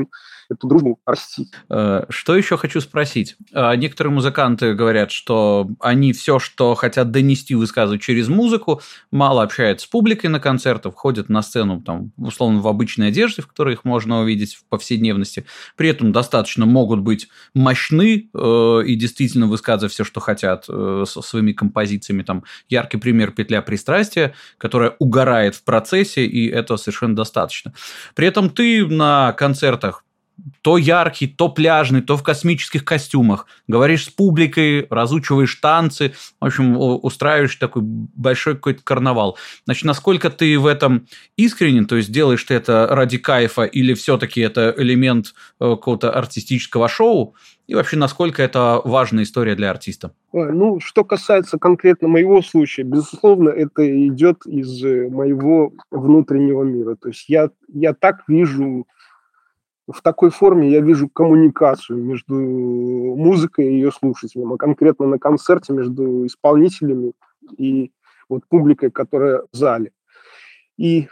Speaker 3: эту дружбу растить.
Speaker 2: Что еще хочу спросить? Некоторые музыканты говорят, что они все, что хотят донести, высказывают через музыку, мало общаются с публикой на концертах, ходят на сцену, там, условно, в обычной одежде, в которой их можно увидеть в повседневности. При этом достаточно могут быть мощны э, и действительно высказывать все, что хотят э, со своими композициями. Там яркий пример «Петля пристрастия», которая угорает в процессе, и это совершенно достаточно. При этом ты на концертах то яркий, то пляжный, то в космических костюмах. Говоришь с публикой, разучиваешь танцы, в общем, устраиваешь такой большой какой-то карнавал. Значит, насколько ты в этом искренен, то есть делаешь ты это ради кайфа или все-таки это элемент какого-то артистического шоу? И вообще, насколько это важная история для артиста?
Speaker 3: Ну, что касается конкретно моего случая, безусловно, это идет из моего внутреннего мира. То есть я, я так вижу... В такой форме я вижу коммуникацию между музыкой и ее слушателем, а конкретно на концерте между исполнителями и вот публикой, которая в зале. И,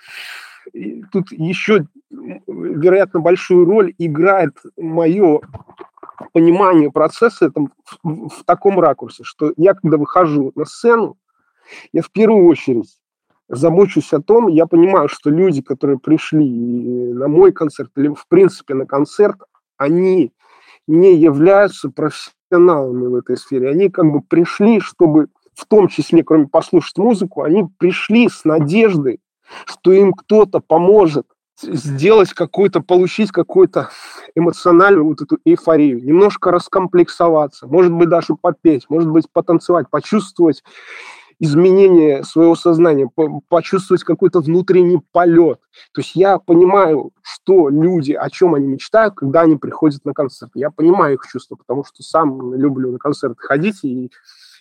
Speaker 3: и тут еще, вероятно, большую роль играет мое понимание процесса там, в, в таком ракурсе, что я, когда выхожу на сцену, я в первую очередь забочусь о том, я понимаю, что люди, которые пришли на мой концерт или, в принципе, на концерт, они не являются профессионалами в этой сфере. Они как бы пришли, чтобы, в том числе, кроме послушать музыку, они пришли с надеждой, что им кто-то поможет сделать какой-то, получить какую-то эмоциональную вот эту эйфорию, немножко раскомплексоваться, может быть, даже попеть, может быть, потанцевать, почувствовать изменение своего сознания, почувствовать какой-то внутренний полет. То есть я понимаю, что люди, о чем они мечтают, когда они приходят на концерт. Я понимаю их чувства, потому что сам люблю на концерты ходить и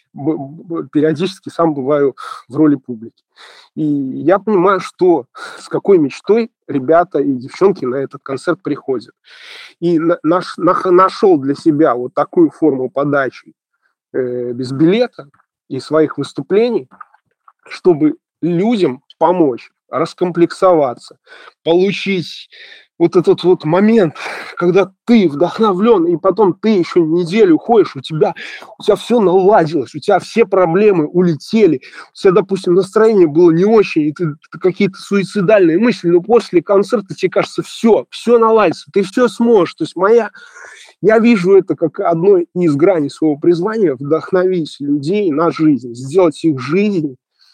Speaker 3: периодически сам бываю в роли публики. И я понимаю, что с какой мечтой ребята и девчонки на этот концерт приходят. И наш, нашел для себя вот такую форму подачи э, без билета и своих выступлений, чтобы людям помочь раскомплексоваться, получить вот этот вот момент, когда ты вдохновлен, и потом ты еще неделю ходишь, у тебя, у тебя все наладилось, у тебя все проблемы улетели, у тебя, допустим, настроение было не очень, и ты, ты какие-то суицидальные мысли, но после концерта тебе кажется, все, все наладится, ты все сможешь. То есть моя... Я вижу это как одно из граней своего призвания – вдохновить людей на жизнь, сделать их жизнь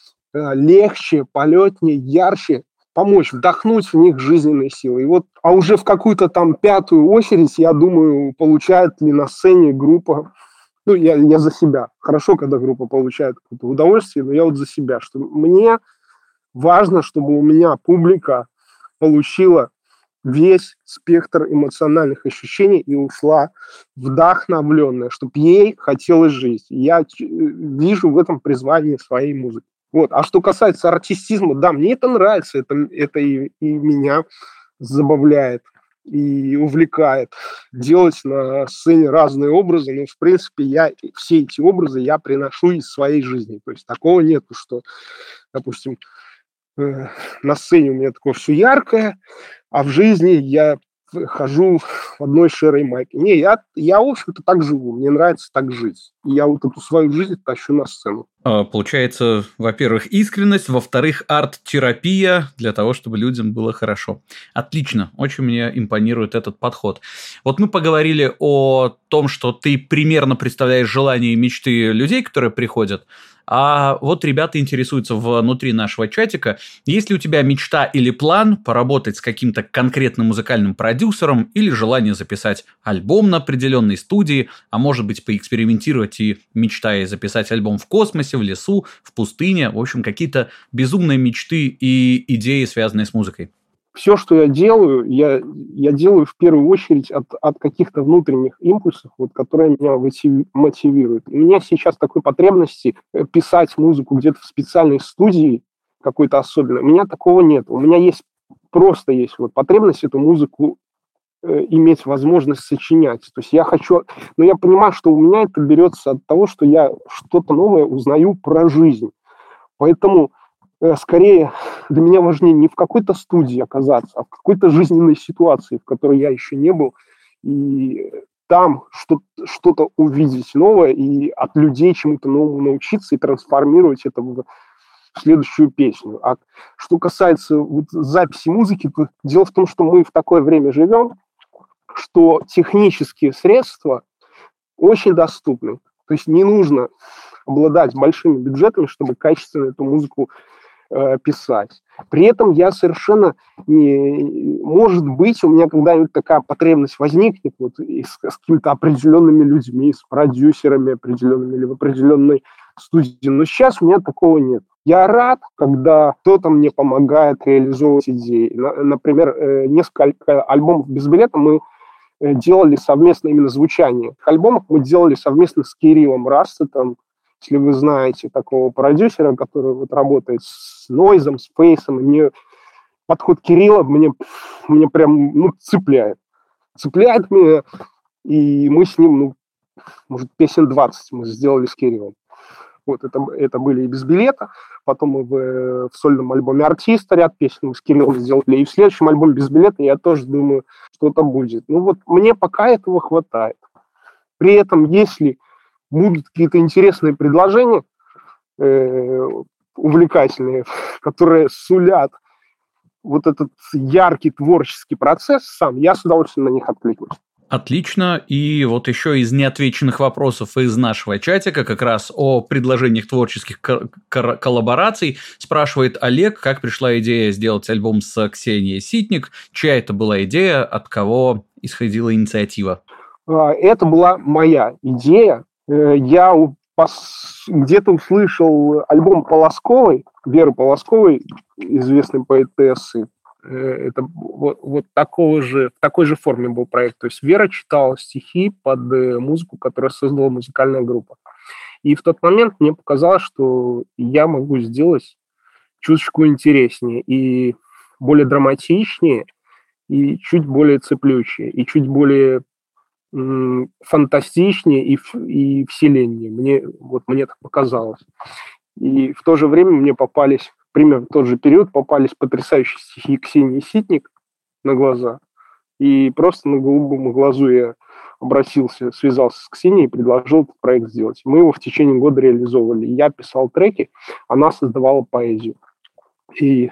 Speaker 3: легче, полетнее, ярче, помочь вдохнуть в них жизненные силы. И вот, а уже в какую-то там пятую очередь, я думаю, получает ли на сцене группа, ну, я, я за себя. Хорошо, когда группа получает какое-то удовольствие, но я вот за себя, что мне важно, чтобы у меня публика получила весь спектр эмоциональных ощущений и ушла вдохновленная, чтобы ей хотелось жить. Я вижу в этом призвание своей музыки. Вот. А что касается артистизма, да, мне это нравится, это, это и, и меня забавляет, и увлекает. Делать на сцене разные образы, но, в принципе, я, все эти образы я приношу из своей жизни. То есть такого нету, что, допустим, э, на сцене у меня такое все яркое, а в жизни я хожу в одной шерой майке. Не, я, я, в общем-то, так живу. Мне нравится так жить. И я вот эту свою жизнь тащу на сцену.
Speaker 2: Получается, во-первых, искренность, во-вторых, арт-терапия для того, чтобы людям было хорошо. Отлично, очень мне импонирует этот подход. Вот мы поговорили о том, что ты примерно представляешь желания и мечты людей, которые приходят, а вот ребята интересуются внутри нашего чатика. Есть ли у тебя мечта или план поработать с каким-то конкретным музыкальным продюсером или желание записать альбом на определенной студии, а может быть поэкспериментировать и мечтая записать альбом в космосе, в лесу, в пустыне, в общем, какие-то безумные мечты и идеи, связанные с музыкой?
Speaker 3: Все, что я делаю, я, я делаю в первую очередь от, от каких-то внутренних импульсов, вот, которые меня мотивируют. У меня сейчас такой потребности писать музыку где-то в специальной студии какой-то особенной. У меня такого нет. У меня есть просто есть вот потребность эту музыку э, иметь возможность сочинять. То есть я хочу... Но я понимаю, что у меня это берется от того, что я что-то новое узнаю про жизнь. Поэтому... Скорее, для меня важнее не в какой-то студии оказаться, а в какой-то жизненной ситуации, в которой я еще не был, и там что-то увидеть новое и от людей чему-то новому научиться и трансформировать это в следующую песню. А что касается вот записи музыки, то дело в том, что мы в такое время живем, что технические средства очень доступны. То есть не нужно обладать большими бюджетами, чтобы качественно эту музыку э, писать. При этом я совершенно не... Может быть, у меня когда-нибудь такая потребность возникнет вот, и с, с какими-то определенными людьми, с продюсерами определенными или в определенной студии. Но сейчас у меня такого нет. Я рад, когда кто-то мне помогает реализовывать идеи. Например, несколько альбомов без билета мы делали совместно именно звучание. Альбомов мы делали совместно с Кириллом Растетом, если вы знаете такого продюсера, который вот работает с Нойзом, с Фейсом. И мне подход Кирилла мне, мне прям ну, цепляет. Цепляет меня, и мы с ним, ну, может, песен двадцать мы сделали с Кириллом. Вот это, это были и без билета. Потом мы в, в сольном альбоме «Артиста» ряд песен мы с Кириллом сделали. И в следующем альбоме без билета я тоже думаю, что-то будет. Ну вот мне пока этого хватает. При этом, если будут какие-то интересные предложения, э, увлекательные, которые сулят вот этот яркий творческий процесс сам, я с удовольствием на них откликнусь.
Speaker 2: Отлично. И вот еще из неотвеченных вопросов из нашего чатика как раз о предложениях творческих коллабораций спрашивает Олег, как пришла идея сделать альбом с Ксенией Ситник, чья это была идея, от кого исходила инициатива?
Speaker 3: Это была моя идея. Я где-то услышал альбом Полосковой, Веры Полосковой, известной поэтессы. Это вот, вот такого же, в такой же форме был проект. То есть Вера читала стихи под музыку, которую создала музыкальная группа. И в тот момент мне показалось, что я могу сделать чуточку интереснее и более драматичнее, и чуть более цеплючее, и чуть более м- фантастичнее и, и вселеннее. Мне, вот мне так показалось. И в то же время мне попались... примерно в тот же период попались потрясающие стихи Ксении Ситник на глаза. И просто на голубом глазу я обратился, связался с Ксенией и предложил этот проект сделать. Мы его в течение года реализовывали. Я писал треки, она создавала поэзию. И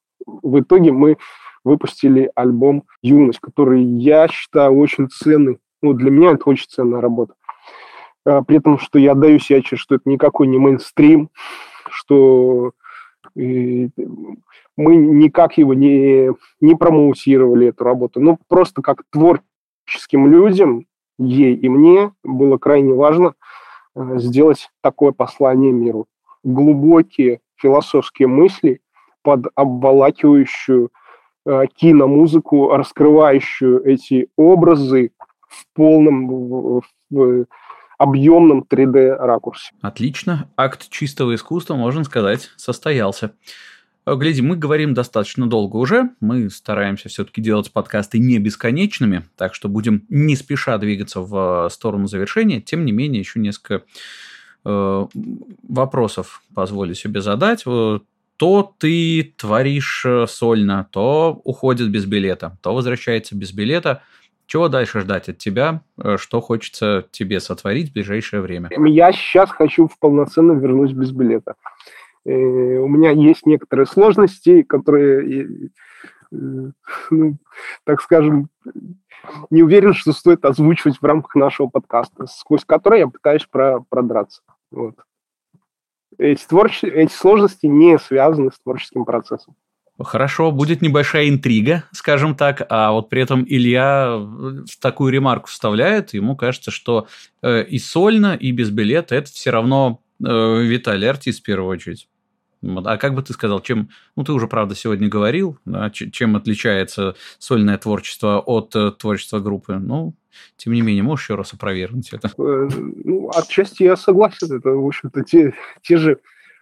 Speaker 3: в итоге мы выпустили альбом «Юность», который я считаю очень ценный. Ну, для меня это очень ценная работа. При этом, что я отдаю себе отчет, что это никакой не мейнстрим, что... И мы никак его не, не промоутировали, эту работу. Ну, просто как творческим людям, ей и мне, было крайне важно сделать такое послание миру. Глубокие философские мысли под обволакивающую э, киномузыку, раскрывающую эти образы в полном... В, в, объемном три дэ-ракурсе.
Speaker 2: Отлично. Акт чистого искусства, можно сказать, состоялся. Гляди, мы говорим достаточно долго уже. Мы стараемся все-таки делать подкасты не бесконечными, так что будем не спеша двигаться в сторону завершения. Тем не менее, еще несколько э, вопросов позволю себе задать. То ты творишь сольно, то уходит без билета, то возвращается без билета. Чего дальше ждать от тебя? Что хочется тебе сотворить в ближайшее время?
Speaker 3: Я сейчас хочу полноценно вернусь без билета. У меня есть некоторые сложности, которые, ну, так скажем, не уверен, что стоит озвучивать в рамках нашего подкаста, сквозь которые я пытаюсь продраться. Вот. Эти, творче... Эти сложности не связаны с творческим процессом.
Speaker 2: Хорошо, будет небольшая интрига, скажем так, а вот при этом Илья в такую ремарку вставляет, ему кажется, что э, и сольно, и без билета это все равно э, Виталий артист в первую очередь. А как бы ты сказал, чем, ну ты уже, правда, сегодня говорил, да, чем отличается сольное творчество от э, творчества группы, ну, тем не менее, можешь еще раз опровергнуть это?
Speaker 3: Ну, отчасти я согласен, это, в общем-то, те, те же...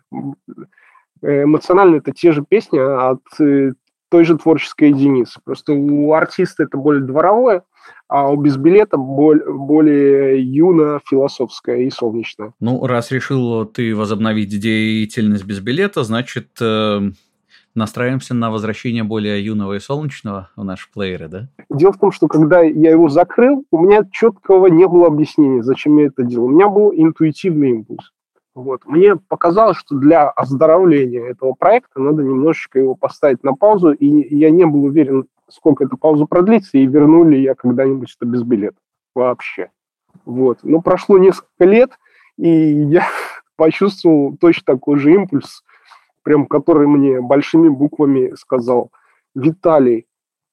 Speaker 3: Эмоционально это те же песни от той же творческой единицы. Просто у артиста это более дворовое, а у без билета более, более юно-философское и солнечное.
Speaker 2: Ну, раз решил ты возобновить деятельность без билета, значит, э, Настраиваемся на возвращение более юного и солнечного в наши плееры, да?
Speaker 3: Дело в том, что когда я его закрыл, у меня четкого не было объяснения, зачем я это делал. У меня был интуитивный импульс. Вот. Мне показалось, что для оздоровления этого проекта надо немножечко его поставить на паузу, и я не был уверен, сколько эта пауза продлится, и верну ли я когда-нибудь это без билета вообще. Вот. Но прошло несколько лет, и я почувствовал точно такой же импульс, прям который мне большими буквами сказал: Виталий,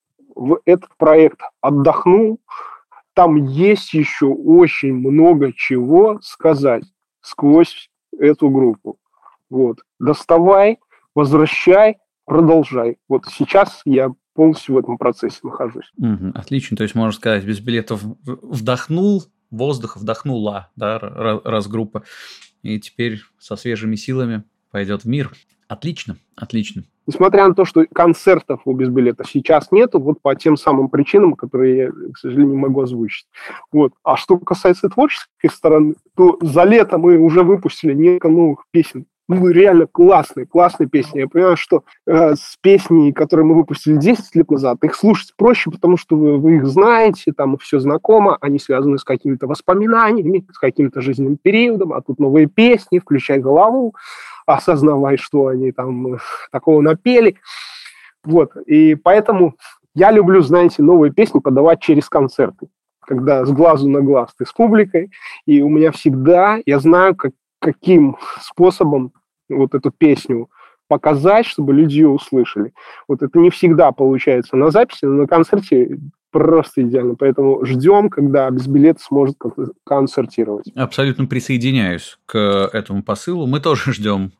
Speaker 3: в этот проект отдохнул, там есть еще очень много чего сказать сквозь эту группу. Вот. Доставай, возвращай, продолжай. Вот сейчас я полностью в этом процессе нахожусь.
Speaker 2: Угу, отлично. То есть, можно сказать, без билетов вдохнул, воздух вдохнула, да, раз группа, и теперь со свежими силами пойдет в мир. Отлично, отлично.
Speaker 3: Несмотря на то, что концертов у без билета сейчас нету, вот по тем самым причинам, которые я, к сожалению, не могу озвучить. Вот. А что касается творческой стороны, то за лето мы уже выпустили несколько новых песен. Ну, реально классные, классные песни. Я понимаю, что э, с песней, которые мы выпустили десять лет назад, их слушать проще, потому что вы, вы их знаете, там все знакомо, они связаны с какими-то воспоминаниями, с каким-то жизненным периодом, а тут новые песни, включай голову, осознавай, что они там такого напели. Вот. И поэтому я люблю, знаете, новые песни подавать через концерты, когда с глазу на глаз ты с публикой, и у меня всегда, я знаю, как, каким способом вот эту песню показать, чтобы люди ее услышали. Вот это не всегда получается на записи, но на концерте просто идеально. Поэтому ждем, когда без билета сможет концертировать.
Speaker 2: Абсолютно присоединяюсь к этому посылу. Мы тоже ждем.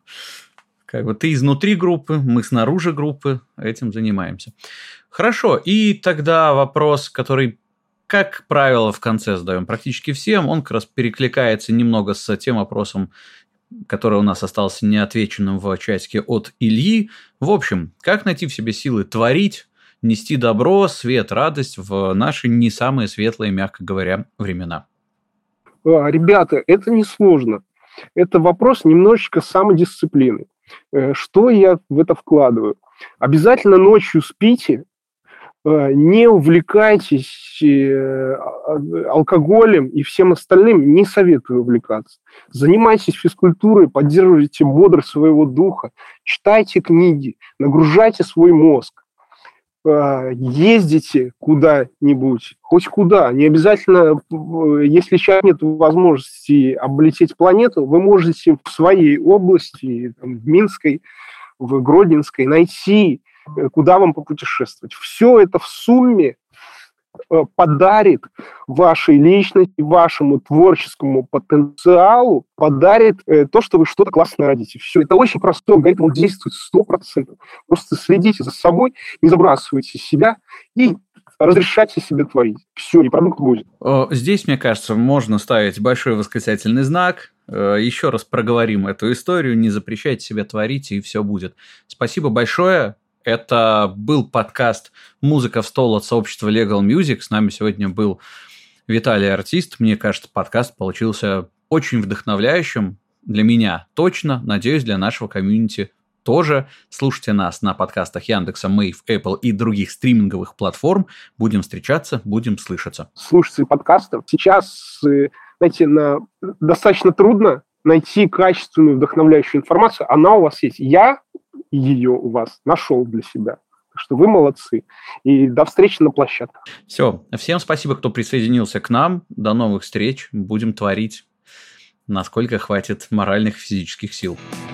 Speaker 2: Как бы ты изнутри группы, мы снаружи группы этим занимаемся. Хорошо. И тогда вопрос, который, как правило, в конце задаем практически всем, он как раз перекликается немного с тем вопросом, который у нас остался неотвеченным в чатике от Ильи. В общем, как найти в себе силы творить, нести добро, свет, радость в наши не самые светлые, мягко говоря, времена?
Speaker 3: Ребята, это несложно. Это вопрос немножечко самодисциплины. Что я в это вкладываю? Обязательно ночью спите, не увлекайтесь алкоголем и всем остальным, не советую увлекаться. Занимайтесь физкультурой, поддерживайте бодрость своего духа, читайте книги, нагружайте свой мозг. Ездите куда-нибудь, хоть куда. Не обязательно, если сейчас нет возможности облететь планету, вы можете в своей области, там, в Минской, в Гродненской, найти, куда вам попутешествовать. Все это в сумме подарит вашей личности, вашему творческому потенциалу, подарит то, что вы что-то классное родите. Все, это очень простой алгоритм, он действует сто процентов. Просто следите за собой, не забрасывайте себя и разрешайте себе творить. Все, и продукт будет.
Speaker 2: Здесь, мне кажется, можно ставить большой восклицательный знак. Еще раз проговорим эту историю. Не запрещайте себе творить, и все будет. Спасибо большое. Это был подкаст «Музыка в стол» от сообщества Legal Music. С нами сегодня был Виталий Артист. Мне кажется, подкаст получился очень вдохновляющим. Для меня точно. Надеюсь, для нашего комьюнити тоже. Слушайте нас на подкастах Яндекса, Мэйв, Apple и других стриминговых платформ. Будем встречаться, будем слышаться.
Speaker 3: Слушайте подкастов. Сейчас, знаете, на... достаточно трудно найти качественную вдохновляющую информацию. Она у вас есть. Я ее у вас нашел для себя. Так что вы молодцы. И до встречи на площадке.
Speaker 2: Все. Всем спасибо, кто присоединился к нам. До новых встреч. Будем творить, насколько хватит моральных и физических сил.